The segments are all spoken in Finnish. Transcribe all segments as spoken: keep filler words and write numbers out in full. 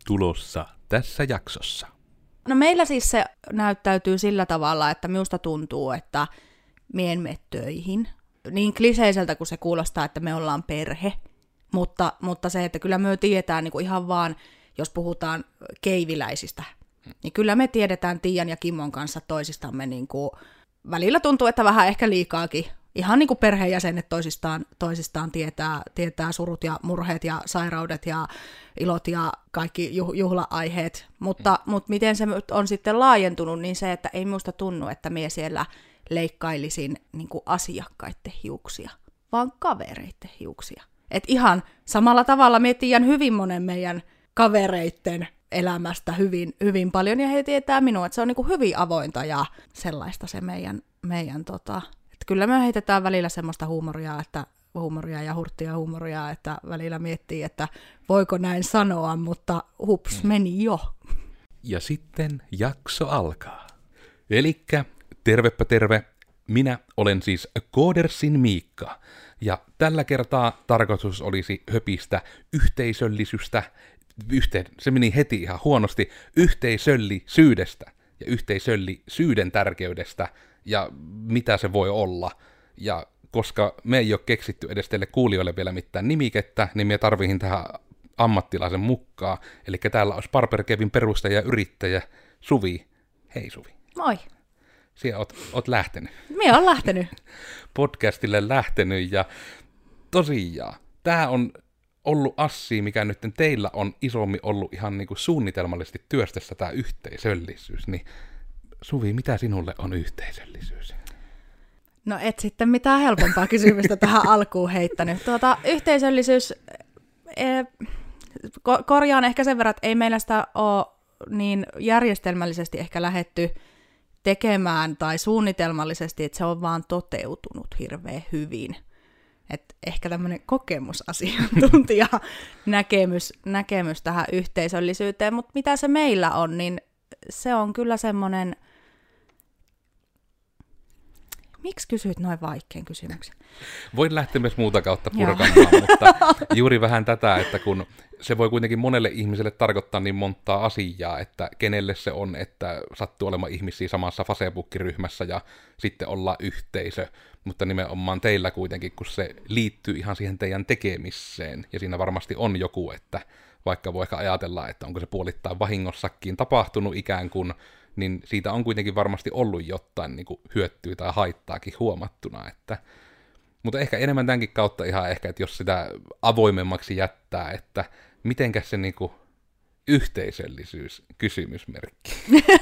tulossa tässä jaksossa? No meillä siis se näyttäytyy sillä tavalla, että minusta tuntuu, että mie en mene töihin. Niin kliseiseltä kuin se kuulostaa, että me ollaan perhe, mutta, mutta se, että kyllä me tiedetään niin kuin ihan vaan, jos puhutaan keiviläisistä, niin kyllä me tiedetään Tiian ja Kimmon kanssa toisistamme, niin kuin, välillä tuntuu, että vähän ehkä liikaakin. Ihan niin kuin perheenjäsenet toisistaan, toisistaan tietää, tietää surut ja murheet ja sairaudet ja ilot ja kaikki juh- juhla-aiheet. Mutta, mm. mutta miten se on sitten laajentunut, niin se, että ei minusta tunnu, että minä siellä leikkailisin niin kuin asiakkaiden hiuksia, vaan kavereiden hiuksia. Et ihan samalla tavalla minä tiedän hyvin monen meidän kavereiden elämästä hyvin, hyvin paljon, ja he tietää minua, että se on niin kuin hyvin avointa ja sellaista se meidän, meidän tota, että kyllä me heitetään välillä semmoista huumoria, että huumoria ja hurttia huumoria, että välillä miettii, että voiko näin sanoa, mutta hups, meni jo. Ja sitten jakso alkaa. Elikkä tervepä terve, minä olen siis Koodersin Miikka, ja tällä kertaa tarkoitus olisi höpistä yhteisöllisyystä, yhteen, se meni heti ihan huonosti, yhteisöllisyydestä ja yhteisöllisyyden tärkeydestä ja mitä se voi olla. Ja koska me ei ole keksitty edes teille kuulijoille vielä mitään nimikettä, niin me tarvihin tähän ammattilaisen mukaan. Eli täällä olisi Barber Kevin perustaja ja yrittäjä Suvi. Hei Suvi. Moi. Siellä oot, oot lähtenyt. Minä olen lähtenyt. Podcastille lähtenyt ja tosiaan, tää on ollut asia, mikä nyt teillä on isommin ollut ihan niinku suunnitelmallisesti työstössä tämä yhteisöllisyys, niin Suvi, mitä sinulle on yhteisöllisyys? No et sitten mitään helpompaa kysymystä tähän alkuun heittänyt. Tuota, yhteisöllisyys, e, ko- korjaan ehkä sen verran, että ei meillä sitä ole niin järjestelmällisesti ehkä lähdetty tekemään tai suunnitelmallisesti, että se on vaan toteutunut hirveän hyvin. Et ehkä tämmöinen kokemusasiantuntija näkemys, näkemys tähän yhteisöllisyyteen, mutta mitä se meillä on, niin se on kyllä semmoinen. Miksi kysyit noin vaikean kysymyksen? Voin lähteä myös muuta kautta purkamaan, mutta juuri vähän tätä, että kun se voi kuitenkin monelle ihmiselle tarkoittaa niin montaa asiaa, että kenelle se on, että sattuu olemaan ihmisiä samassa Facebook-ryhmässä ja sitten ollaan yhteisö, mutta nimenomaan teillä kuitenkin, kun se liittyy ihan siihen teidän tekemiseen, ja siinä varmasti on joku, että vaikka voi ehkä ajatella, että onko se puolittain vahingossakin tapahtunut ikään kuin, niin siitä on kuitenkin varmasti ollut jotain niin kuin hyötyä tai haittaakin huomattuna. Että, mutta ehkä enemmän tämänkin kautta ihan ehkä, että jos sitä avoimemmaksi jättää, että mitenkäs se niin kuin yhteisöllisyys kysymysmerkki.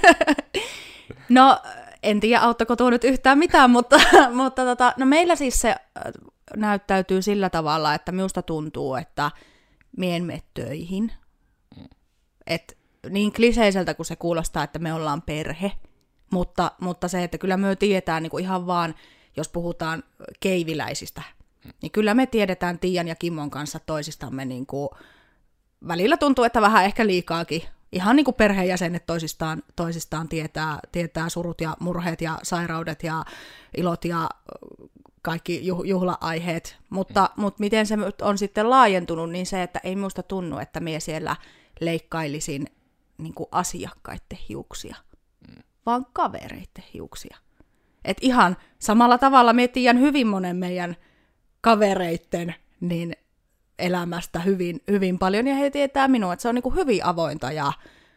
No, en tiedä auttako tuo nyt yhtään mitään, mutta, mutta tota, no meillä siis se näyttäytyy sillä tavalla, että minusta tuntuu, että mie en mene töihin. Et niin kliseiseltä kuin se kuulostaa, että me ollaan perhe, mutta, mutta se, että kyllä me tiedetään niin kuin ihan vaan, jos puhutaan keiviläisistä, niin kyllä me tiedetään Tiian ja Kimmon kanssa toisistamme, niin kuin, välillä tuntuu, että vähän ehkä liikaakin. Ihan niin kuin perheenjäsenet toisistaan, toisistaan tietää, tietää surut ja murheet ja sairaudet ja ilot ja kaikki juh- juhla-aiheet, mutta, mm. mutta miten se on sitten laajentunut, niin se, että ei minusta tunnu, että minä siellä leikkailisin niin kuin asiakkaiden hiuksia, mm. vaan kavereiden hiuksia. Et ihan samalla tavalla minä tiedän hyvin monen meidän kavereiden niin elämästä hyvin, hyvin paljon, ja he tietää minua, että se on niin kuin hyvin avointa ja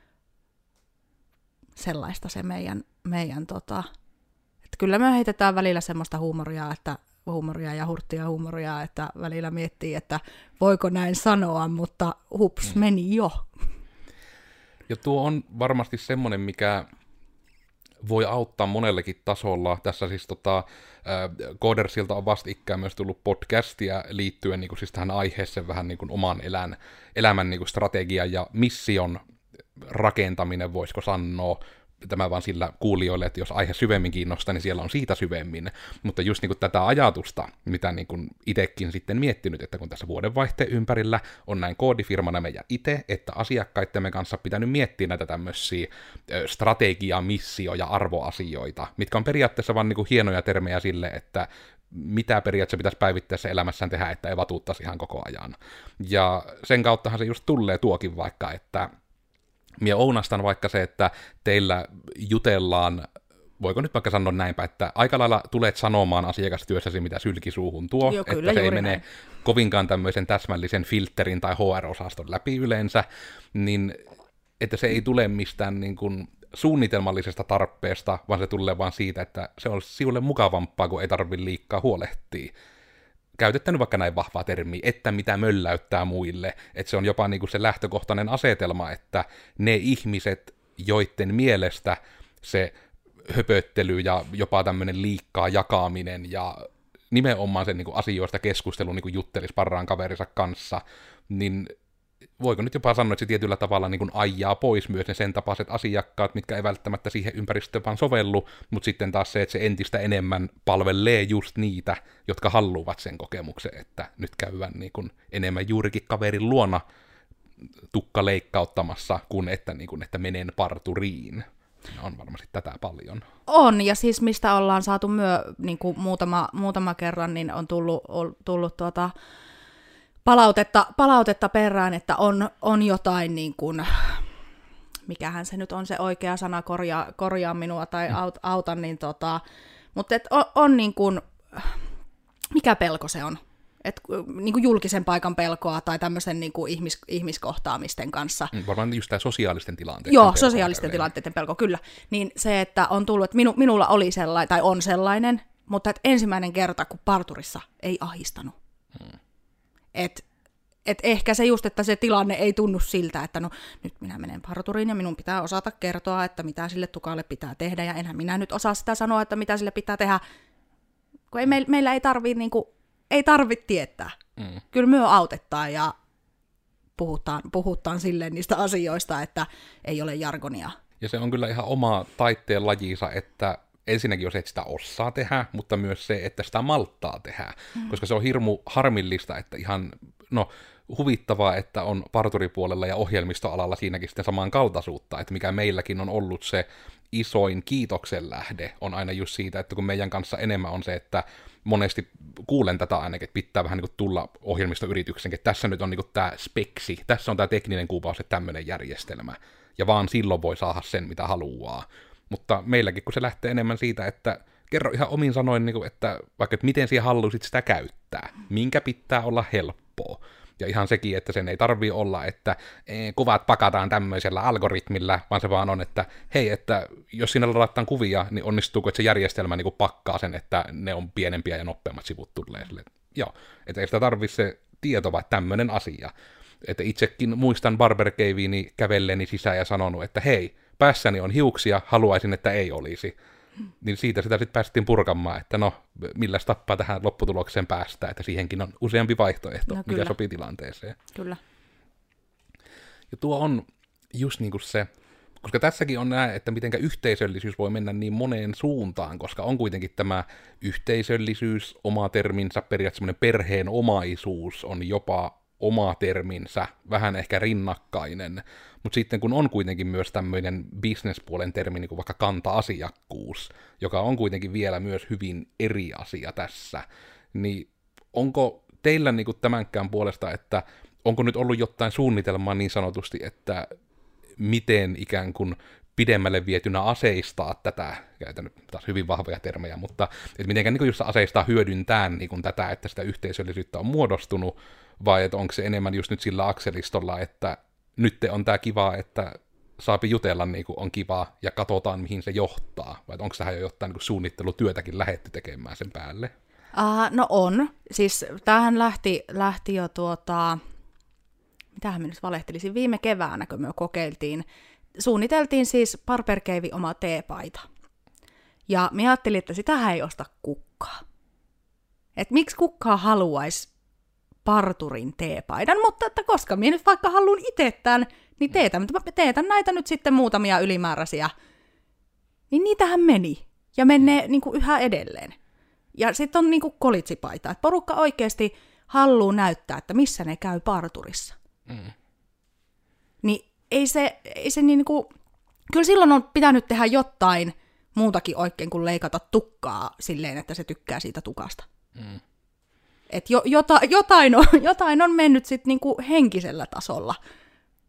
sellaista se meidän, meidän tota, että kyllä me heitetään välillä semmoista huumoria, että huumoria ja hurttia huumoria, että välillä miettii, että voiko näin sanoa, mutta hups, mm. meni jo. Ja tuo on varmasti semmoinen, mikä voi auttaa monellekin tasolla. Tässä siis tota, Koodersilta on vastikään myös tullut podcastia liittyen niin kuin siis tähän aiheeseen vähän niin kuin oman elän, elämän niin kuin strategian ja mission rakentaminen, voisiko sanoa. Tämä vaan sillä kuulijoille, että jos aihe syvemmin kiinnostaa, niin siellä on siitä syvemmin. Mutta just niin kuin tätä ajatusta, mitä niin kuin itsekin sitten miettinyt, että kun tässä vuodenvaihteen ympärillä on näin koodifirmana meidän itse, että asiakkaittemme kanssa pitänyt miettiä näitä tämmöisiä strategia-, missio- ja arvoasioita, mitkä on periaatteessa vaan niin kuin hienoja termejä sille, että mitä periaatteessa pitäisi päivittäisessä elämässään tehdä, että ei vatuuttaisi ihan koko ajan. Ja sen kauttahan se just tulee tuokin vaikka, että Mie ounastan vaikka se, että teillä jutellaan, voiko nyt vaikka sanoa näinpä, että aika lailla tulet sanomaan asiakastyössäsi, mitä sylkisuuhun tuo, Joo, kyllä, että se ei juuri mene näin. kovinkaan tämmöisen täsmällisen filterin tai H R-osaston läpi yleensä, niin että se ei tule mistään niin kuin suunnitelmallisesta tarpeesta, vaan se tulee vaan siitä, että se on sinulle mukavampaa, kun ei tarvitse liikaa huolehtia. Käytettänyt vaikka näin vahvaa termiä, että mitä mölläyttää muille, että se on jopa niin kuin se lähtökohtainen asetelma, että ne ihmiset, joiden mielestä se höpöttely ja jopa tämmöinen liikkaa jakaminen ja nimenomaan sen niin kuin asioista keskustelu niin kuin juttelisi parhaan kaverinsa kanssa, niin voiko nyt jopa sanoa, että se tietyllä tavalla niin kuin ajaa pois myös ne sen tapaiset asiakkaat, mitkä ei välttämättä siihen ympäristöön vaan sovellu, mutta sitten taas se, että se entistä enemmän palvelee just niitä, jotka haluavat sen kokemuksen, että nyt käydään niin kuin enemmän juurikin kaverin luona tukka leikkauttamassa, kuin että, niin kuin, että menen parturiin. Siinä on varmasti tätä paljon. On, ja siis mistä ollaan saatu myö niin kuin muutama, muutama kerran, niin on tullut, on tullut tuota, palautetta, palautetta perään, että on, on jotain, niin kuin, mikähän se nyt on se oikea sana, korjaa, korjaa minua tai aut, auta, niin tota, mutta et on, on niin kuin, mikä pelko se on? Et, niin kuin julkisen paikan pelkoa tai tämmöisen niin kuin ihmis, ihmiskohtaamisten kanssa. Varmaan just tämä sosiaalisten tilanteiden Joo, pelko sosiaalisten tälleen. tilanteiden pelko, kyllä. Niin se, että on tullut, että minu, minulla oli sellainen, tai on sellainen, mutta että ensimmäinen kerta, kun parturissa ei ahistanut. Hmm. Et, et ehkä se just, että se tilanne ei tunnu siltä, että no nyt minä menen parturiin ja minun pitää osata kertoa, että mitä sille tukalle pitää tehdä, ja enhän minä nyt osaa sitä sanoa, että mitä sille pitää tehdä, kun ei, me, meillä ei tarvitse niinku, ei tarvitse tietää. Mm. Kyllä myö autettaa ja puhutaan, puhutaan silleen niistä asioista, että ei ole jargonia. Ja se on kyllä ihan oma taitteen lajinsa, että ensinnäkin on se, että sitä osaa tehdä, mutta myös se, että sitä malttaa tehdä. Mm. Koska se on hirmu harmillista, että ihan, no huvittavaa, että on parturipuolella ja ohjelmistoalalla siinäkin sitten samankaltaisuutta, että mikä meilläkin on ollut se isoin kiitoksen lähde, on aina just siitä, että kun meidän kanssa enemmän on se, että monesti kuulen tätä ainakin, että pitää vähän niin kuin tulla ohjelmistoyrityksenkin, että tässä nyt on niin kuin tämä speksi, tässä on tämä tekninen kuvaus, että tämmöinen järjestelmä, ja vaan silloin voi saada sen, mitä haluaa. Mutta meilläkin, kun se lähtee enemmän siitä, että kerro ihan omin sanoin, niin kuin, että vaikka että miten siihen haluaisit sitä käyttää, minkä pitää olla helppoa. Ja ihan sekin, että sen ei tarvii olla, että kuvat pakataan tämmöisellä algoritmilla, vaan se vaan on, että hei, että jos siinä ladataan kuvia, niin onnistuuko, että se järjestelmä niin kuin pakkaa sen, että ne on pienempiä ja nopeammat sivut tulee sille. Joo, että ei sitä tarvitse se tieto, vaan tämmöinen asia. Että itsekin muistan Barber Caveini kävelleni sisään ja sanonut, että hei, päässäni on hiuksia, haluaisin, että ei olisi. Niin siitä sitä sitten päästiin purkamaan, että no, milläs tappaa tähän lopputulokseen päästä, että siihenkin on useampi vaihtoehto, no, mikä sopii tilanteeseen. Kyllä. Ja tuo on just niin kuin se, koska tässäkin on näin, että mitenkä yhteisöllisyys voi mennä niin moneen suuntaan, koska on kuitenkin tämä yhteisöllisyys, oma terminsä, periaatteessa semmoinen perheen omaisuus on jopa oma terminsä, vähän ehkä rinnakkainen, mutta sitten kun on kuitenkin myös tämmöinen business-puolen termi, niin kuin vaikka kanta-asiakkuus, joka on kuitenkin vielä myös hyvin eri asia tässä, niin onko teillä niin kuin tämänkään puolesta, että onko nyt ollut jotain suunnitelmaa niin sanotusti, että miten ikään kuin pidemmälle vietynä aseistaa tätä, käytän nyt taas hyvin vahvoja termejä, mutta että mitenkään niin just aseistaa hyödyntää niin kuin tätä, että sitä yhteisöllisyyttä on muodostunut, vai että onko se enemmän just nyt sillä akselistolla, että nyt on tämä kiva, että saapi jutella niin kuin on kiva ja katsotaan mihin se johtaa, vai onko tähän jo jotain niin kuin suunnittelutyötäkin lähdetty tekemään sen päälle? Uh, no on. Siis tämähän lähti, lähti jo tuota, mitähän mä nyt valehtelisin, viime keväänä, kun me kokeiltiin, suunniteltiin siis Barber Cave oma teepaita. Ja mä ajattelin, että sitähän ei osta kukkaa. Että miksi kukkaa haluaisi parturin teepaidan, mutta että koska minä nyt vaikka haluan itse tämän, niin teetän, teetän näitä nyt sitten muutamia ylimääräisiä. Niin niitähän meni. Ja menee niin kuin yhä edelleen. Ja sitten on niin kuin kolitsipaita, että porukka oikeasti haluaa näyttää, että missä ne käy parturissa. Mm. Niin ei se, ei se niin kuin, kyllä silloin on pitänyt tehdä jotain muutakin oikein kuin leikata tukkaa silleen, että se tykkää siitä tukasta. Mm. Että jo, jota, jotain, on, jotain on mennyt sitten niinku henkisellä tasolla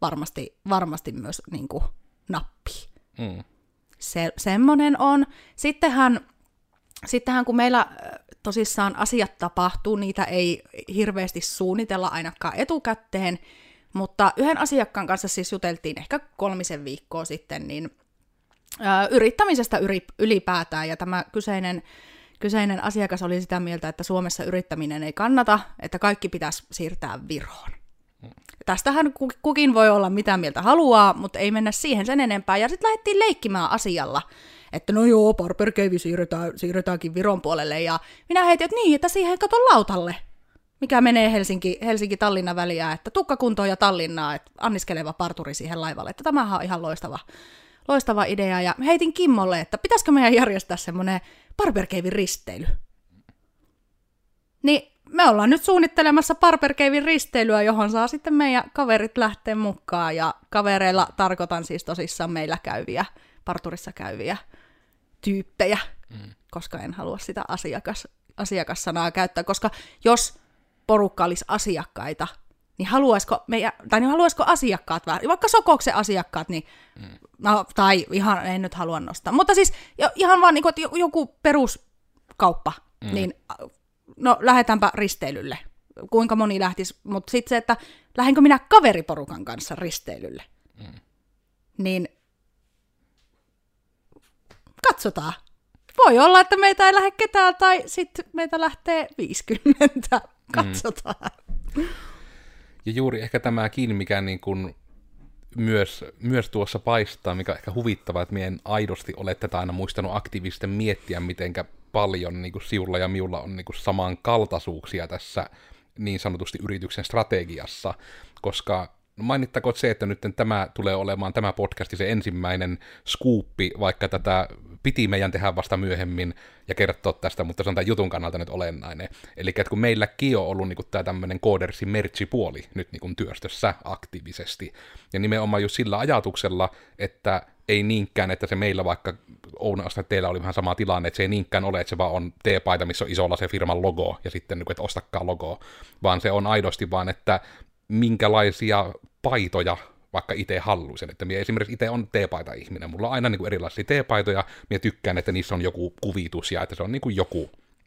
varmasti, varmasti myös niin kuin nappii. Mm. Se, semmoinen on. Sittenhän, sittenhän kun meillä tosissaan asiat tapahtuu, niitä ei hirveästi suunnitella ainakaan etukäteen, mutta yhden asiakkaan kanssa siis juteltiin ehkä kolmisen viikkoa sitten, niin ää, yrittämisestä yri, ylipäätään, ja tämä kyseinen, kyseinen asiakas oli sitä mieltä, että Suomessa yrittäminen ei kannata, että kaikki pitäisi siirtää Viroon. Hmm. Tästähän kukin voi olla mitä mieltä haluaa, mutta ei mennä siihen sen enempää, ja sitten lähdettiin leikkimään asialla, että no joo, barbercave siirretään, siirretäänkin Viron puolelle, ja minä heitin, että niin, että siihen kato lautalle, mikä menee Helsinki, Helsinki-Tallinna väliä, että tukkakuntoon ja Tallinnaa, että anniskeleva parturi siihen laivalle, että tämähän on ihan loistava, loistava idea, ja heitin Kimmolle, että pitäisikö meidän järjestää semmoinen barbercaven risteily. Niin me ollaan nyt suunnittelemassa barbercaven risteilyä, johon saa sitten meidän kaverit lähteä mukaan, ja kavereilla tarkoitan siis tosissaan meillä käyviä, parturissa käyviä tyyppejä, mm. koska en halua sitä asiakas, asiakassanaa käyttää, koska jos porukka olisi asiakkaita, niin haluaisiko, meidän, tai niin haluaisiko asiakkaat vähän, vaikka Sokoksen asiakkaat, niin, mm. no, tai ihan en nyt halua nostaa, mutta siis jo, ihan vaan niin kuin, että joku peruskauppa, mm. niin no lähdetäänpä risteilylle, kuinka moni lähtisi, mutta sitten se, että lähdenkö minä kaveriporukan kanssa risteilylle, mm. niin katsotaan. Voi olla, että meitä ei lähde ketään, tai sitten meitä lähtee viisikymmentä. Katsotaan. Mm. Ja juuri ehkä tämäkin, mikä niin kuin myös, myös tuossa paistaa, mikä on ehkä huvittavaa, että minä en aidosti ole tätä aina muistanut aktiivisten miettiä, mitenkä paljon niin kuin siulla ja miulla on niin kuin samankaltaisuuksia tässä niin sanotusti yrityksen strategiassa, koska mainittakoon se, että nyt tämä tulee olemaan tämä podcasti se ensimmäinen skuuppi, vaikka tätä piti meidän tehdä vasta myöhemmin ja kertoa tästä, mutta se on tämän jutun kannalta nyt olennainen. Eli että kun meilläkin on ollut niin kuin tämä tämmöinen Codersin merch-puoli nyt niin kuin työstössä aktiivisesti, ja nimenomaan just sillä ajatuksella, että ei niinkään, että se meillä vaikka Ounasta teillä oli vähän sama tilanne, että se ei niinkään ole, että se vaan on T-paita, missä on isolla se firman logo, ja sitten, että ostakaa logoa, vaan se on aidosti vaan, että minkälaisia paitoja vaikka itse haluaisin. Että minä esimerkiksi itse on T-paita-ihminen. Mulla on aina niin kuin erilaisia T-paitoja. Minä tykkään, että niissä on joku kuvitus ja että se on niin kuin joku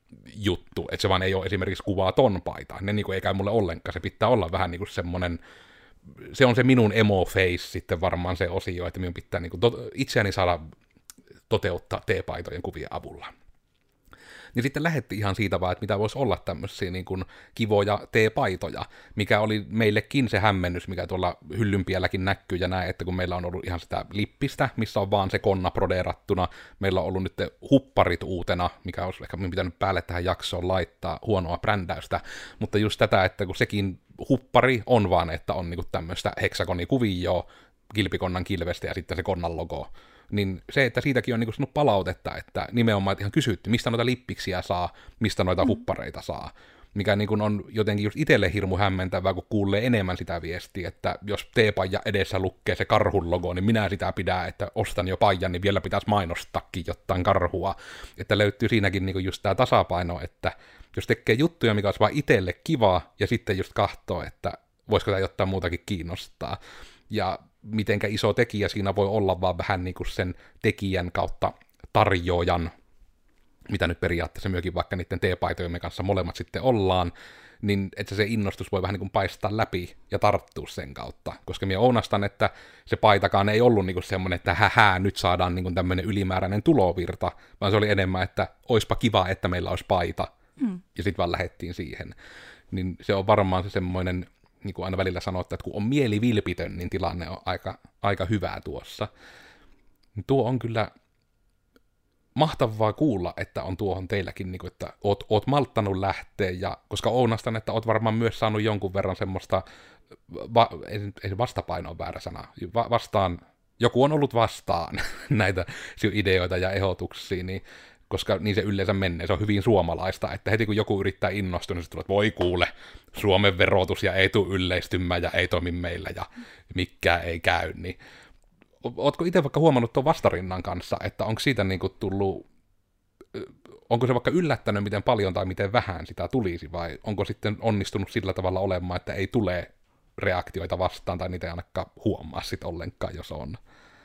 juttu. Että se vaan ei ole esimerkiksi kuvaa ton paita. Ne niin kuin ei käy mulle ollenkaan. Se pitää olla vähän niin kuin semmoinen, se on se minun emo-face sitten varmaan se osio, että minun pitää niin kuin to- itseäni saada toteuttaa T-paitojen kuvien avulla. Niin sitten lähetti ihan siitä vaan, että mitä voisi olla tämmöisiä niin kuin kivoja T-paitoja, mikä oli meillekin se hämmennys, mikä tuolla hyllympielläkin näkyy ja näin, että kun meillä on ollut ihan sitä lippistä, missä on vaan se konna proderattuna, meillä on ollut nyt hupparit uutena, mikä olisi ehkä minun pitänyt päälle tähän jaksoon laittaa huonoa brändäystä, mutta just tätä, että kun sekin huppari on vaan, että on niin kuin tämmöistä heksagonikuvioa, kilpikonnan kilvestä ja sitten se konnan logo, niin se, että siitäkin on niinku sanonut palautetta, että nimenomaan että ihan kysytty, mistä noita lippiksiä saa, mistä noita mm. huppareita saa, mikä niinku on jotenkin just itselle hirmu hämmentävää, kun kuulee enemmän sitä viestiä, että jos T-paija edessä lukee se karhun logo, niin minä sitä pidän, että ostan jo paijan, niin vielä pitäisi mainostakin jotain karhua, että löytyy siinäkin niinku just tämä tasapaino, että jos tekee juttuja, mikä olisi vaan itselle kiva, ja sitten just katsoo, että voisiko tämä jotain muutakin kiinnostaa, ja mitenkä iso tekijä siinä voi olla vaan vähän niin kuin sen tekijän kautta tarjoajan, mitä nyt periaatteessa myöskin vaikka niiden T-paitojemme kanssa molemmat sitten ollaan, niin että se innostus voi vähän niin kuin paistaa läpi ja tarttua sen kautta, koska minä ounastan, että se paitakaan ei ollut niin kuin semmoinen, että hähää, nyt saadaan niin kuin tämmöinen ylimääräinen tulovirta, vaan se oli enemmän, että oispa kiva, että meillä olisi paita, mm. ja sitten vaan lähdettiin siihen. Niin se on varmaan se semmoinen, niin kuin aina välillä sanoo, että kun on mieli vilpitön, niin tilanne on aika, aika hyvää tuossa. Tuo on kyllä mahtavaa kuulla, että on tuohon teilläkin, niin kuin, että oot, oot malttanut lähteä, ja, koska ounastan, että oot varmaan myös saanut jonkun verran semmoista, va, ei, ei se vastapaino ole väärä sana, va, vastaan, joku on ollut vastaan näitä ideoita ja ehdotuksia, niin koska niin se yleensä menee, se on hyvin suomalaista, että heti kun joku yrittää innostua, niin se tulee, että voi kuule, Suomen verotus ja ei tule yleistymään ja ei toimi meillä ja mikään ei käy, niin ootko itse vaikka huomannut tuon vastarinnan kanssa, että onko siitä niinku tullut, onko se vaikka yllättänyt miten paljon tai miten vähän sitä tulisi, vai onko sitten onnistunut sillä tavalla olemaan, että ei tule reaktioita vastaan, tai niitä ei ainakaan huomaa sit ollenkaan, jos on.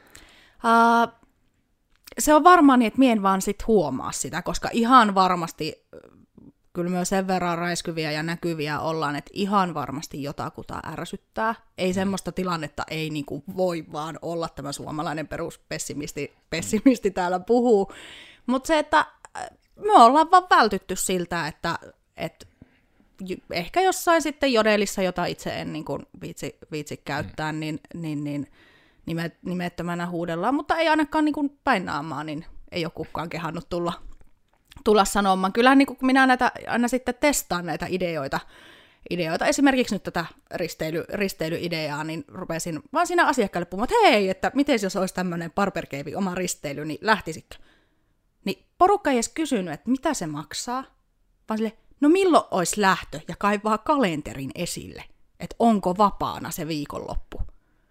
Uh, se on varmaan niin, että mie en vaan sit huomaa sitä, koska ihan varmasti, kyllä myös sen verran räiskyviä ja näkyviä ollaan, että ihan varmasti jotakuta ärsyttää. Ei semmoista tilannetta ei niinku voi vaan olla, tämä suomalainen peruspessimisti pessimisti täällä puhuu. Mutta se, että me ollaan vaan vältytty siltä, että, että ehkä jossain sitten jodelissa, jota itse en niin kuin viitsi, viitsi käyttää, mm. niin, niin, niin nimet, nimettömänä huudellaan, mutta ei ainakaan niin kuin päin naamaa, niin ei ole kukaan kehannut tulla, tulla sanomaan. Kyllä niin kuin minä näitä, aina sitten testaan näitä ideoita, ideoita. Esimerkiksi nyt tätä risteily, risteilyideaa, niin rupesin vaan siinä asiakkaalle puhumaan, että hei, että miten jos olisi tämmöinen barbercave oma risteily, niin lähtisikö? Niin porukka ei edes kysynyt, että mitä se maksaa, vaan sille, no milloin olisi lähtö, ja kaivaa kalenterin esille, että onko vapaana se viikonloppu.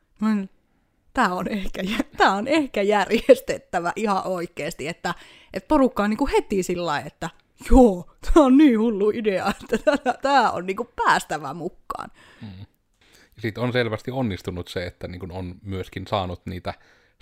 Tämä on ehkä, tämä on ehkä järjestettävä ihan oikeasti, että, että porukka on niin kuin heti sillä lailla, että joo, tämä on niin hullu idea, että tämä on niin kuin päästävä mukaan. Hmm. Ja sitten on selvästi onnistunut se, että niin kuin on myöskin saanut niitä,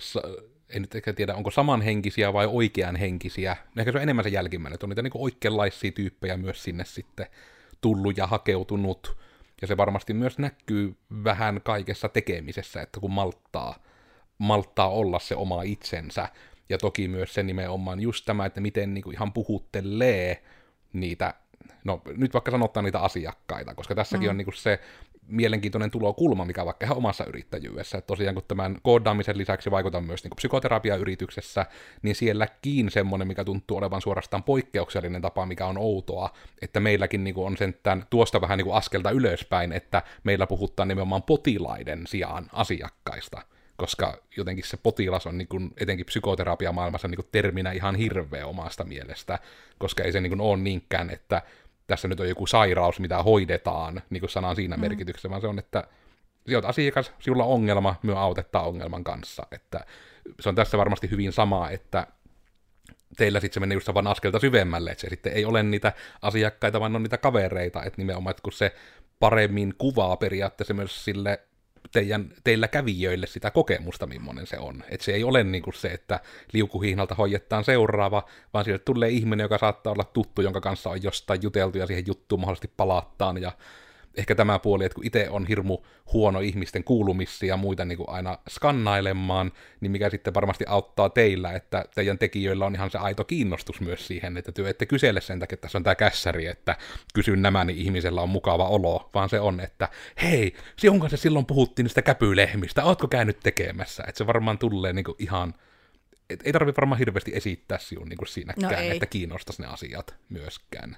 en nyt ehkä tiedä, onko samanhenkisiä vai oikeanhenkisiä, ehkä se on enemmän se jälkimmäinen, että on niitä niin kuin oikeanlaisia tyyppejä myös sinne sitten tullut ja hakeutunut. Ja se varmasti myös näkyy vähän kaikessa tekemisessä, että kun malttaa, malttaa olla se oma itsensä. Ja toki myös se nimenomaan just tämä, että miten niin kuin ihan puhuttelee niitä, no nyt vaikka sanottaa niitä asiakkaita, koska tässäkin mm. on niin kuin se mielenkiintoinen tulokulma, mikä vaikka ihan omassa yrittäjyydessä. Että tosiaan kun tämän koodaamisen lisäksi vaikutan myös niin kuin psykoterapiayrityksessä, niin sielläkin semmoinen, mikä tuntuu olevan suorastaan poikkeuksellinen tapa, mikä on outoa, että meilläkin niin kuin on sentään tuosta vähän niin kuin askelta ylöspäin, että meillä puhutaan nimenomaan potilaiden sijaan asiakkaista, koska jotenkin se potilas on niin kuin, etenkin psykoterapiamaailmassa niin kuin terminä ihan hirveä omasta mielestä, koska ei se niin kuin ole niinkään, että tässä nyt on joku sairaus, mitä hoidetaan, niin kuin sanan siinä mm. merkityksessä, vaan se on, että sinä olet asiakas, sinulla on ongelma, myö autettaa ongelman kanssa. Että se on tässä varmasti hyvin sama, että teillä sitten se menee just vaan askelta syvemmälle, että se sitten ei ole niitä asiakkaita, vaan on niitä kavereita, että nimenomaan, että kun se paremmin kuvaa periaatteessa myös sille teidän, teillä kävijöille sitä kokemusta, millainen se on. Että se ei ole niin kuin se, että liukuhihnalta hoidetaan seuraava, vaan sieltä tulee ihminen, joka saattaa olla tuttu, jonka kanssa on jostain juteltu ja siihen juttuun mahdollisesti palataan. Ja ehkä tämä puoli, että kun itse on hirmu huono ihmisten kuulumissia ja muita niin kuin aina skannailemaan, niin mikä sitten varmasti auttaa teillä, että teidän tekijöillä on ihan se aito kiinnostus myös siihen, että työ ette kysele sen takia, että tässä on tämä kässäri, että kysyn nämä, niin ihmisellä on mukava olo, vaan se on, että hei, sinun kanssa silloin puhuttiin niistä käpylehmistä, ootko käynyt tekemässä? Että se varmaan tulee niin kuin ihan, et ei tarvitse varmaan hirveästi esittää sinun niin kuin siinäkään, no että kiinnostaisi ne asiat myöskään.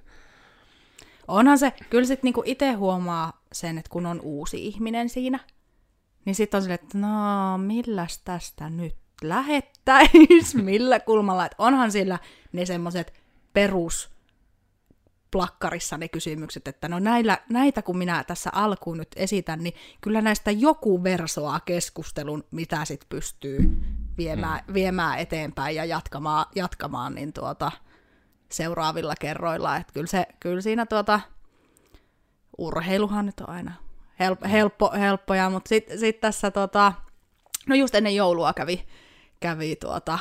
Onhan se, kyllä sitten niinku itse huomaa sen, että kun on uusi ihminen siinä, niin sitten on silleen, että no milläs tästä nyt lähettäis, millä kulmalla, että onhan sillä ne semmoiset perusplakkarissa ne kysymykset, että no näillä, näitä kun minä tässä alkuun nyt esitän, niin kyllä näistä joku versoa keskustelun, mitä sitten pystyy viemään, mm. viemään eteenpäin ja jatkamaan, jatkamaan niin tuota... seuraavilla kerroilla, että kyllä, se, kyllä siinä tuota, urheiluhan nyt on aina help, helppo, helppoja, mutta sitten sit tässä tota, no just ennen joulua kävi, kävi tuota,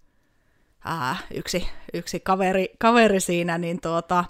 ää, yksi, yksi kaveri, kaveri siinä, niin tuota,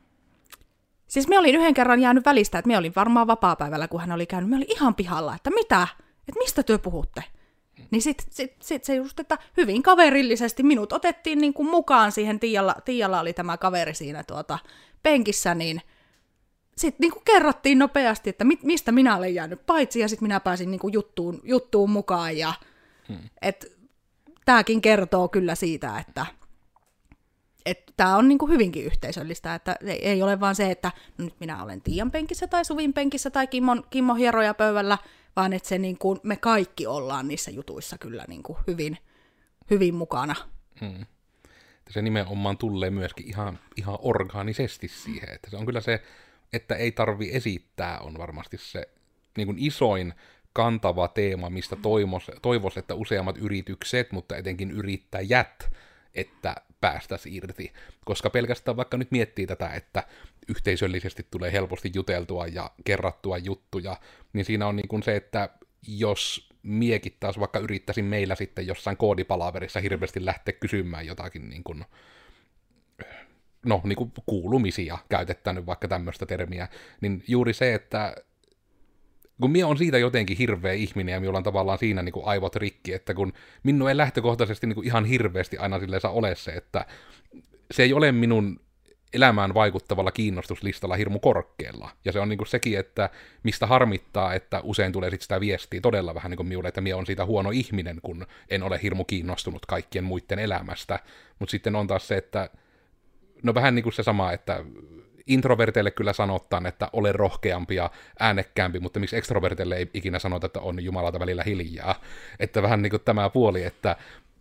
siis me olin yhden kerran jäänyt välistä, että me olin varmaan vapaapäivällä, kun hän oli käynyt, me olin ihan pihalla, että mitä, että mistä työ puhutte? Niin sitten sit, sit se just, että hyvin kaverillisesti minut otettiin niin kuin mukaan siihen, Tiialla, Tiialla oli tämä kaveri siinä tuota penkissä, niin sitten niin kuin kerrottiin nopeasti, että mit, mistä minä olen jäänyt paitsi, ja sitten minä pääsin niin kuin juttuun, juttuun mukaan, ja hmm. että tämäkin kertoo kyllä siitä, että että tämä on niin kuin hyvinkin yhteisöllistä, että ei, ei ole vaan se, että no nyt minä olen Tiian penkissä tai Suvin penkissä tai Kimmon, Kimmon hieroja pöydällä, vaan että se niin kuin, me kaikki ollaan niissä jutuissa kyllä niin kuin hyvin, hyvin mukana. Hmm. Se nimenomaan tulee myöskin ihan, ihan orgaanisesti siihen, että se on kyllä se, että ei tarvi esittää, on varmasti se niin kuin isoin kantava teema, mistä toivos, toivos, että useammat yritykset, mutta etenkin yrittäjät, että päästäisiin irti. Koska pelkästään vaikka nyt miettii tätä, että yhteisöllisesti tulee helposti juteltua ja kerrattua juttuja, niin siinä on niin kuin se, että jos miekin taas vaikka yrittäisin meillä sitten jossain koodipalaverissa hirveästi lähteä kysymään jotakin niin kuin, no niin kuin kuulumisia, käytetään nyt vaikka tämmöistä termiä, niin juuri se, että kun minä on siitä jotenkin hirveä ihminen ja minulla on tavallaan siinä niin kuin aivot rikki, että kun minun ei lähtökohtaisesti niin kuin ihan hirveästi aina silleen saa ole se, että se ei ole minun elämään vaikuttavalla kiinnostuslistalla hirmu korkealla. Ja se on niin kuin sekin, että mistä harmittaa, että usein tulee sit sitä viestiä todella vähän niin kuin minulle, että minä on siitä huono ihminen, kun en ole hirmu kiinnostunut kaikkien muiden elämästä. Mutta sitten on taas se, että no vähän niin kuin se sama, että introverteille kyllä sanotaan, että ole rohkeampi ja äänekkäämpi, mutta miksi extroverteille ei ikinä sanota, että on jumalauta välillä hiljaa. Että vähän niin kuin tämä puoli, että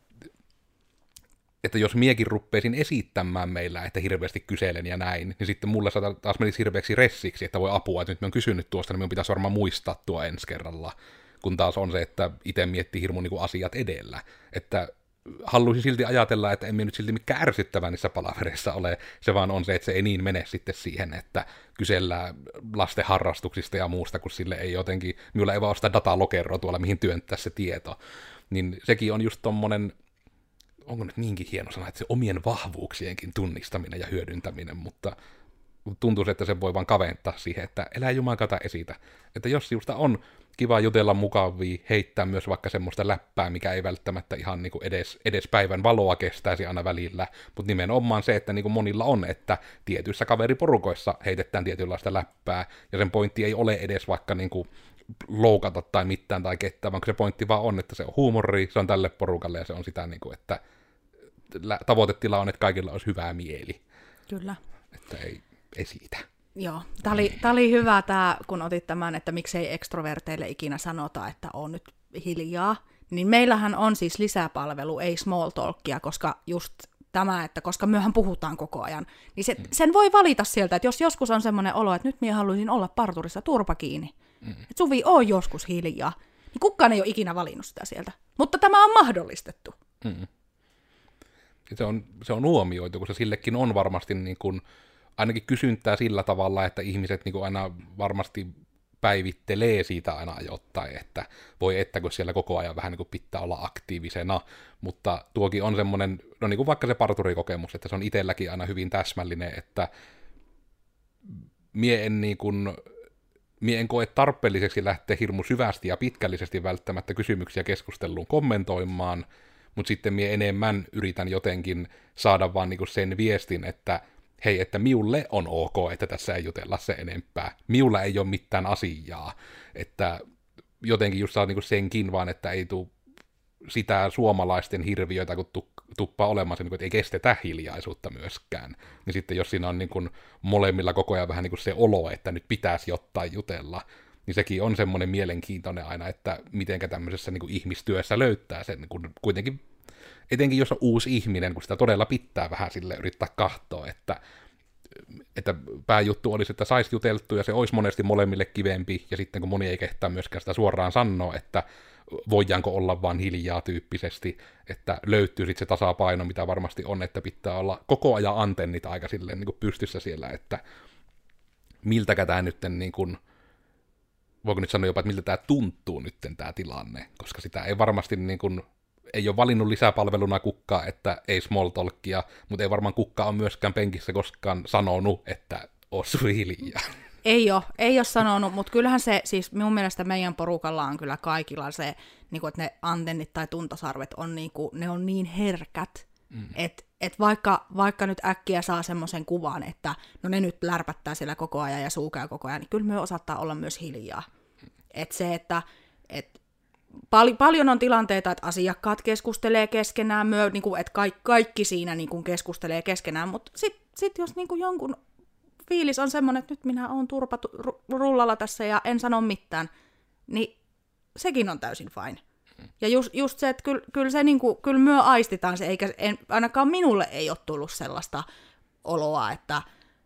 että jos miekin ruppeisin esittämään meillä, että hirveästi kyselen ja näin, niin sitten mulle taas menisi hirveäksi ressiksi, että voi apua, että nyt mä oon kysynyt tuosta, niin minun pitäisi varmaan muistaa tuo ensi kerralla, kun taas on se, että itse miettii hirmu niin kuin asiat edellä. Että haluaisin silti ajatella, että emme nyt silti mikään ärsyttävä niissä palavereissa ole, se vaan on se, että se ei niin mene sitten siihen, että kysellään lasten harrastuksista ja muusta, kun sille ei jotenkin, minulla ei vaan ole sitä datalokeroa tuolla, mihin työntää se tieto. Niin sekin on just tommonen, onko nyt niinkin hieno sana, että se omien vahvuuksienkin tunnistaminen ja hyödyntäminen, mutta tuntuu, että se voi vaan kaventaa siihen, että elää jumakata esitä. Että jos sinusta on kiva jutella mukavia, heittää myös vaikka semmoista läppää, mikä ei välttämättä ihan niin kuin edes, edes päivän valoa kestäisi aina välillä, mutta nimenomaan se, että niin kuin monilla on, että tietyissä kaveriporukoissa heitetään tietynlaista läppää, ja sen pointti ei ole edes vaikka niin kuin loukata tai mitään tai ketään, vaan se pointti vaan on, että se on huumori, se on tälle porukalle, ja se on sitä, niin kuin, että tavoitetila on, että kaikilla olisi hyvää mieli. Kyllä. Että ei esitä. Joo, tämä oli, tämä oli hyvä, tämä, kun otit tämän, että miksei ekstroverteille ikinä sanota, että on nyt hiljaa. Niin meillähän on siis lisäpalvelu, ei small talkia, koska just tämä, että koska myöhän puhutaan koko ajan, niin se, mm. sen voi valita sieltä, että jos joskus on semmoinen olo, että nyt minä haluaisin olla parturissa turpa kiinni, mm. että Suvi on joskus hiljaa, niin kukaan ei ole ikinä valinnut sitä sieltä. Mutta tämä on mahdollistettu. Mm. Se on, se on huomioitu, kun se sillekin on varmasti niin kuin ainakin kysyntää sillä tavalla, että ihmiset niin kuin aina varmasti päivittelee siitä aina ajoittain, että voi että kun siellä koko ajan vähän niin kuin pitää olla aktiivisena, mutta tuokin on semmoinen, no niin kuin vaikka se parturikokemus, että se on itselläkin aina hyvin täsmällinen, että mie en, niin kuin, mie en koe tarpeelliseksi lähteä hirmu syvästi ja pitkällisesti välttämättä kysymyksiä keskusteluun kommentoimaan, mutta sitten mie enemmän yritän jotenkin saada vaan niin kuin sen viestin, että hei, että miulle on ok, että tässä ei jutella se enempää. Miulla ei ole mitään asiaa. Että jotenkin just saa niinku senkin vaan, että ei tule sitä suomalaisten hirviötä, kun tuppaa olemaan se, että ei kestetä hiljaisuutta myöskään. Niin sitten jos siinä on niinku molemmilla koko ajan vähän niinku se olo, että nyt pitäisi jotain jutella, niin sekin on semmoinen mielenkiintoinen aina, että mitenkä tämmöisessä niinku ihmistyössä löytää sen kun kuitenkin, etenkin jos on uusi ihminen, kun sitä todella pitää vähän sille yrittää kahtoa, että, että pääjuttu olisi, että saisi juteltua ja se olisi monesti molemmille kivempi, ja sitten kun moni ei kehtaa myöskään sitä suoraan sanoa, että voidaanko olla vaan hiljaa tyyppisesti, että löytyy sitten se tasapaino, mitä varmasti on, että pitää olla koko ajan antennit aika silleen niin kuin pystyssä siellä, että miltäkä tämä nyt niin kuin, voiko nyt sanoa jopa, että miltä tämä tuntuu nyt tämä tilanne, koska sitä ei varmasti niin kuin ei ole valinnut lisäpalveluna kukkaa, että ei small talkia, mutta ei varmaan kukkaa ole myöskään penkissä koskaan sanonut, että osu hiljaa. Ei ole, ei ole sanonut, mutta kyllähän se, siis minun mielestä meidän porukalla on kyllä kaikilla se, niin kuin, että ne antennit tai tuntosarvet on, niin kuin, ne on niin herkät, mm. että et vaikka, vaikka nyt äkkiä saa semmoisen kuvan, että no ne nyt lärpättää siellä koko ajan ja suukaa koko ajan, niin kyllä me osataan olla myös hiljaa. Että se, että et, Pal- paljon on tilanteita, että asiakkaat keskustelee keskenään, myö, niin kuin, että kaikki, kaikki siinä niin kuin keskustelee keskenään, mutta sitten sit jos niin kuin jonkun fiilis on semmoinen, että nyt minä olen turpa rullalla tässä ja en sano mitään, niin sekin on täysin fine. Ja just, just se, että kyllä, kyllä, se, niin kuin, kyllä myö aistitaan se, eikä en, ainakaan minulle ei ole tullut sellaista oloa, että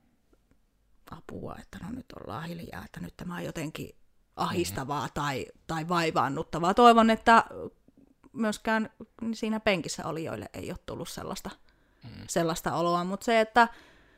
apua, että no nyt ollaan hiljaa, että nyt tämä on jotenkin ahistavaa tai, tai vaivaannuttavaa. Toivon, että myöskään siinä penkissä olijoille ei ole tullut sellaista mm. sellaista oloa, mutta se, että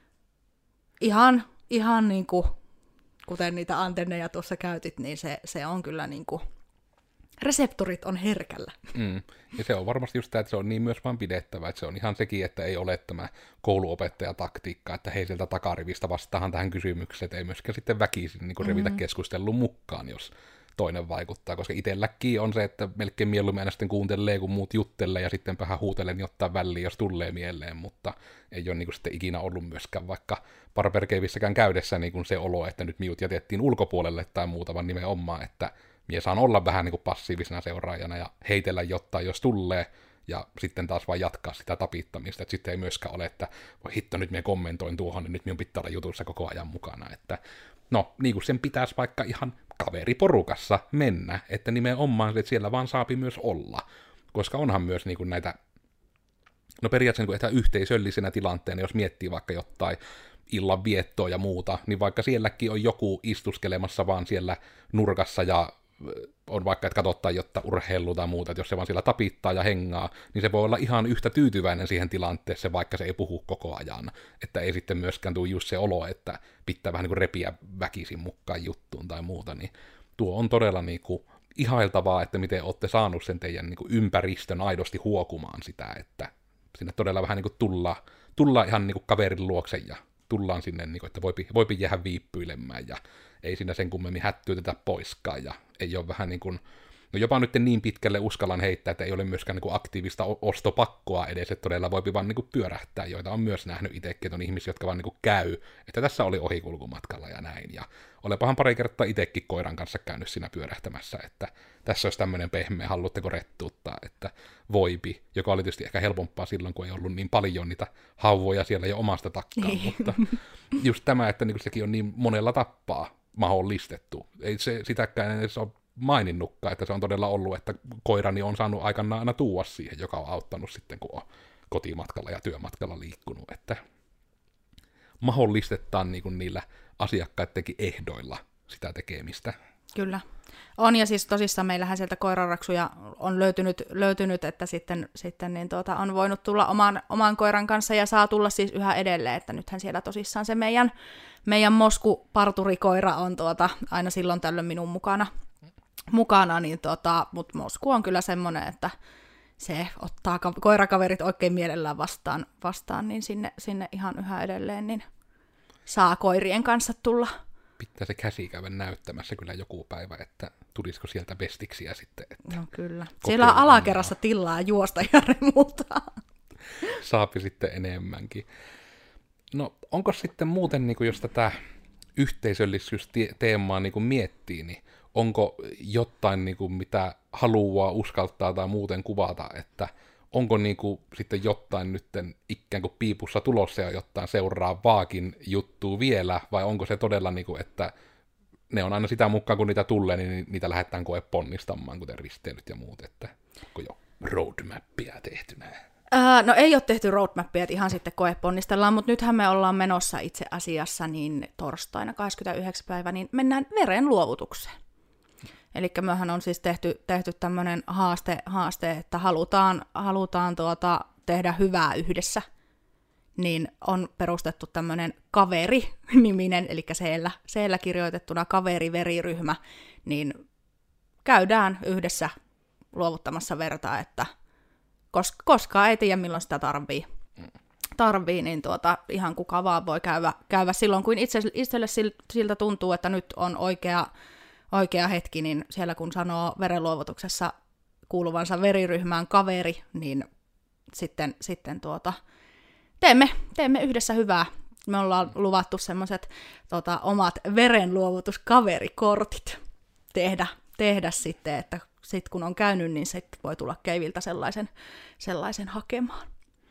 ihan, ihan niin kuin, kuten niitä antenneja tuossa käytit, niin se, se on kyllä niin kuin, reseptorit on herkällä. Mm. Ja se on varmasti just tämä, että se on niin myös vaan pidettävä, että se on ihan sekin, että ei ole tämä kouluopettajataktiikka, että hei sieltä takarivistä vastaahan tähän kysymykseen, että ei myöskään sitten väkisin niin revitä mm-hmm. keskustelun mukaan, jos toinen vaikuttaa, koska itselläkin on se, että melkein mieluummin aina sitten kuuntelee, kun muut juttelee, ja sitten vähän huutelen niin ottaa väliin, jos tulee mieleen, mutta ei ole niin kuin sitten ikinä ollut myöskään vaikka Barbercavissäkään käydessä niin kuin se olo, että nyt miut jätettiin ulkopuolelle tai muuta, vaan nimenomaan, että mie saan olla vähän niin kuin passiivisena seuraajana ja heitellä jotain, jos tulee, ja sitten taas vaan jatkaa sitä tapittamista, että sitten ei myöskään ole, että voi hitto, nyt mie kommentoin tuohon, niin nyt minun pitää olla jutussa koko ajan mukana, että no, niin kuin sen pitäisi vaikka ihan kaveriporukassa mennä, että nimenomaan että siellä vaan saapi myös olla, koska onhan myös niin kuin näitä, no periaatteessa niin kuin yhteisöllisenä tilanteena, jos miettii vaikka jotain illan viettoa ja muuta, niin vaikka sielläkin on joku istuskelemassa vaan siellä nurkassa ja on vaikka, että katsottaa jotta urheilua tai muuta, että jos se vaan siellä tapittaa ja hengaa, niin se voi olla ihan yhtä tyytyväinen siihen tilanteeseen, vaikka se ei puhu koko ajan. Että ei sitten myöskään tule just se olo, että pitää vähän niin kuin repiä väkisin mukaan juttuun tai muuta, niin tuo on todella niin kuin ihailtavaa, että miten olette saanut sen teidän niin kuin ympäristön aidosti huokumaan sitä, että sinne todella vähän niin kuin tullaan, tullaan ihan niin kuin kaverin luokse ja tullaan sinne, niin kuin, että voipi, voipi jäädä viippyilemään ja ei siinä sen kummemmin hättyytetä poiskaan, ja ei ole vähän niin kuin, no jopa nyt niin pitkälle uskallan heittää, että ei ole myöskään niin kuin aktiivista ostopakkoa edes, että todella voipi vaan niin kuin pyörähtää, joita on myös nähnyt itsekin, että on ihmisiä, jotka vaan niin kuin käy, että tässä oli ohikulkumatkalla ja näin, ja olepahan pari kertaa itsekin koiran kanssa käynyt siinä pyörähtämässä, että tässä olisi tämmöinen pehmeä, haluatteko rettuuttaa, että voipi, joka oli tietysti ehkä helpompaa silloin, kun ei ollut niin paljon niitä hauvoja siellä jo omasta takkaan, mutta just tämä, että niin kuin sekin on niin monella tappaa mahdollistettu. Ei se sitäkään edes ole maininnutkaan, että se on todella ollut, että koirani on saanut aikanaan aina tuua siihen, joka on auttanut sitten, kun on kotimatkalla ja työmatkalla liikkunut, että mahdollistetaan niin kuin niillä asiakkaidenkin ehdoilla sitä tekemistä. Kyllä. On, ja siis tosissaan meillähän sieltä koiranraksuja on löytynyt, löytynyt että sitten, sitten niin tuota, on voinut tulla oman, oman koiran kanssa, ja saa tulla siis yhä edelleen, että nythän siellä tosissaan se meidän, meidän Mosku-parturikoira on tuota, aina silloin tällöin minun mukana, mukana niin tuota, mutta Mosku on kyllä semmoinen, että se ottaa koirakaverit oikein mielellään vastaan, vastaan niin sinne, sinne ihan yhä edelleen, niin saa koirien kanssa tulla. Pitää se käsi käydä näyttämässä kyllä joku päivä, että tulisiko sieltä bestiksiä sitten. Että no kyllä. Siellä on alakerrassa tilaa juosta ja remuta. Saapi sitten enemmänkin. No onko sitten muuten, niin kuin jos tätä yhteisöllisyysteemaa niin kuin miettii, niin onko jotain, niin kuin, mitä haluaa, uskaltaa tai muuten kuvata, että onko niin kuin, sitten jotain nytten ikään kuin piipussa tulossa ja jotain seuraavaakin juttua vielä, vai onko se todella, niin kuin, että ne on aina sitä mukaan, kun niitä tulee, niin niitä lähdetään koe ponnistamaan, kuten risteilyt ja muut, että onko jo roadmappia tehtynä? Äh, no ei ole tehty roadmappia, että ihan sitten koe ponnistellaan, mutta nythän me ollaan menossa itse asiassa niin torstaina kahdeskymmenesyhdeksäs päivä, niin mennään verenluovutukseen. Eli mehän on siis tehty, tehty tämmöinen haaste, haaste, että halutaan, halutaan tuota, tehdä hyvää yhdessä, niin on perustettu tämmöinen kaveri-niminen, eli seellä, seellä kirjoitettuna kaveri-veriryhmä, niin käydään yhdessä luovuttamassa vertaa, että koska, koskaan ei tiedä, milloin sitä tarvii, tarvii niin tuota, ihan kuka vaan voi käydä, käydä silloin, kun itse, itselle siltä tuntuu, että nyt on oikea Oikea hetki, niin siellä kun sanoo verenluovutuksessa kuuluvansa veriryhmään kaveri, niin sitten, sitten tuota, teemme, teemme yhdessä hyvää. Me ollaan luvattu semmoiset tota, omat verenluovutuskaverikortit tehdä, tehdä sitten, että sit kun on käynyt, niin sitten voi tulla Keiviltä sellaisen, sellaisen hakemaan.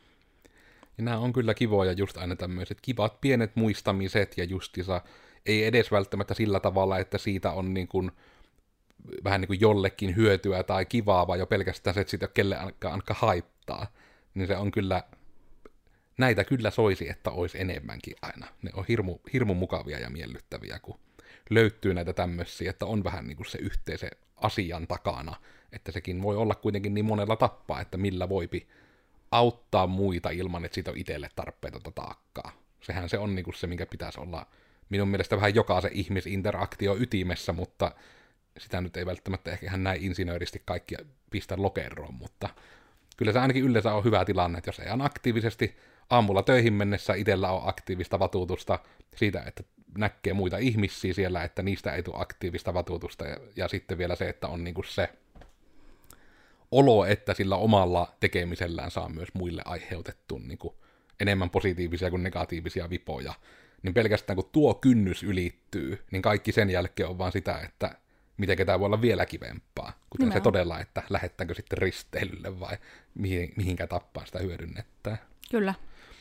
Ja nämä on kyllä kivoja just aina tämmöiset kivat pienet muistamiset ja justissa ei edes välttämättä sillä tavalla, että siitä on niin kuin, vähän niin kuin jollekin hyötyä tai kivaa, vaan jo pelkästään se, että siitä kelle ainakaan haittaa. Niin se on kyllä, näitä kyllä soisi, että olisi enemmänkin aina. Ne on hirmu, hirmu mukavia ja miellyttäviä, kun löytyy näitä tämmöisiä, että on vähän niin kuin se yhteisen asian takana. Että sekin voi olla kuitenkin niin monella tappaa, että millä voipi auttaa muita ilman, että siitä on itselle tarpeetonta taakkaa. Sehän se on niinku se, minkä pitäisi olla minun mielestä vähän jokaisen ihmisinteraktio ytimessä, mutta sitä nyt ei välttämättä ehkä ihan näin insinööristi kaikki pistä lokeroon, mutta kyllä se ainakin yleensä on hyvä tilanne, että jos ei aktiivisesti aamulla töihin mennessä itsellä on aktiivista vatuutusta siitä, että näkee muita ihmisiä siellä, että niistä ei tule aktiivista vatuutusta, ja, ja sitten vielä se, että on niinku se olo, että sillä omalla tekemisellään saa myös muille aiheutettua niinku enemmän positiivisia kuin negatiivisia vipoja, niin pelkästään kun tuo kynnys ylittyy, niin kaikki sen jälkeen on vaan sitä, että miten tämä voi olla vielä kivempaa, kuten Nimenomaan. Se todella, että lähettääkö sitten risteilylle vai mihin, mihinkä tappaan sitä hyödynnettää. Kyllä.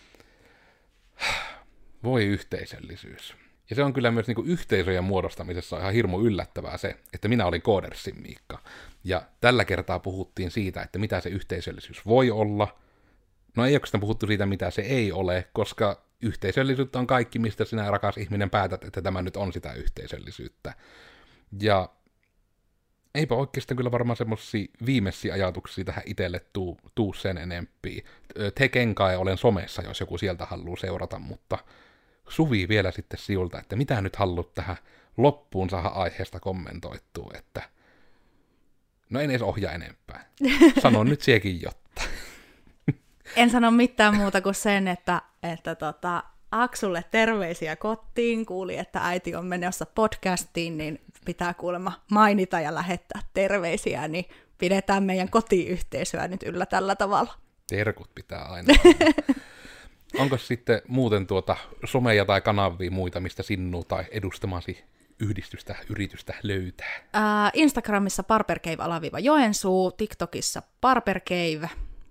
Voi yhteisöllisyys. Ja se on kyllä myös niin kuin yhteisöjen muodostamisessa ihan hirmu yllättävää se, että minä olin Codersin Miikka. Ja tällä kertaa puhuttiin siitä, että mitä se yhteisöllisyys voi olla. No ei oikeastaan puhuttu siitä, mitä se ei ole, koska yhteisöllisyyttä on kaikki, mistä sinä rakas ihminen päätät, että tämä nyt on sitä yhteisöllisyyttä. Ja eipä oikeastaan kyllä varmaan semmosia viimeisiä ajatuksia tähän itselle tuu, tuu sen enempiä. Teken kai olen somessa, jos joku sieltä haluaa seurata, mutta Suvi vielä sitten siulta, että mitä nyt haluat tähän loppuun saada aiheesta kommentoittua, että no en edes ohjaa enempää. Sano nyt siekin jotta. En sano mitään muuta kuin sen, että, että tota, Aksulle terveisiä kotiin, kuuli, että äiti on menossa podcastiin, niin pitää kuulemma mainita ja lähettää terveisiä, niin pidetään meidän kotiyhteisöä nyt yllä tällä tavalla. Terkut pitää aina olla. Onko sitten muuten tuota someja tai kanavia muita, mistä sinua tai edustamasi yhdistystä, yritystä löytää? Ää, Instagramissa barbercave-joensuu, TikTokissa barbercave.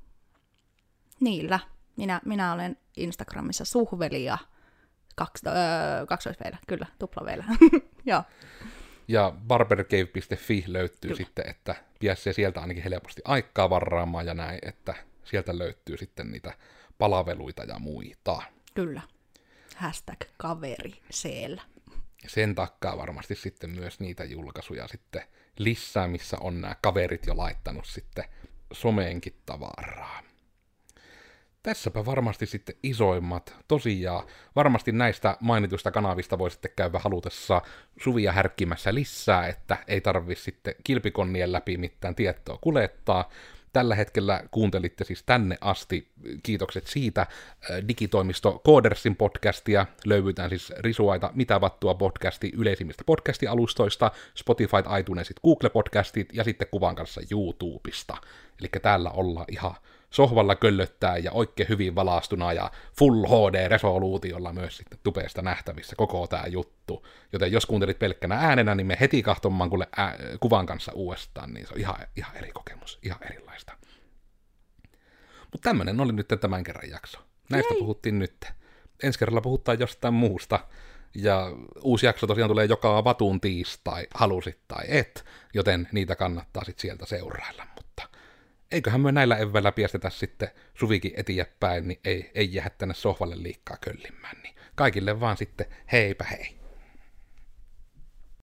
Niillä. Minä, minä olen Instagramissa suhveli ja kaksi, öö, kaksoisveillä, kyllä, tuplaveillä. Joo. Ja barbercave piste fi löytyy Kyllä. sitten, että pääsee sieltä ainakin helposti aikaa varraamaan ja näin, että sieltä löytyy sitten niitä palveluita ja muita. Kyllä. Hashtag kaveri siellä. Sen takaa varmasti sitten myös niitä julkaisuja sitten lisää, missä on nämä kaverit jo laittanut sitten someenkin tavaraa. Tässäpä varmasti sitten isoimmat. Tosiaan, varmasti näistä mainituista kanavista voi sitten käydä halutessa Suvia härkkimässä lisää, että ei tarvitse sitten kilpikonnien läpi mitään tietoa kuljettaa. Tällä hetkellä kuuntelitte siis tänne asti. Kiitokset siitä. Digitoimisto Codersin podcastia löydytään siis Risuaita Mitä vattua podcasti yleisimmistä podcastialustoista, Spotify, iTunesit, Google Podcastit ja sitten kuvan kanssa YouTubesta. Eli täällä ollaan ihan sohvalla köllöttää ja oikein hyvin valaastuna ja Full H D-resoluutiolla myös sitten tupeesta nähtävissä koko tämä juttu. Joten jos kuuntelit pelkkänä äänenä, niin me heti kahtomaan kuule ää, kuvan kanssa uudestaan, niin se on ihan, ihan eri kokemus, ihan erilaista. Mutta tämmönen oli nyt tämän kerran jakso. Näistä Jei. puhuttiin nyt. Ensi kerralla puhutaan jostain muusta. Ja uusi jakso tosiaan tulee joka vatun tiistai, halusit tai et, joten niitä kannattaa sitten sieltä seurailla. Mutta eiköhän me näillä eväillä piestetä sitten Suvikin eteenpäin, niin ei, ei jää tänne sohvalle liikkaa köllimään. Niin kaikille vaan sitten heipä hei.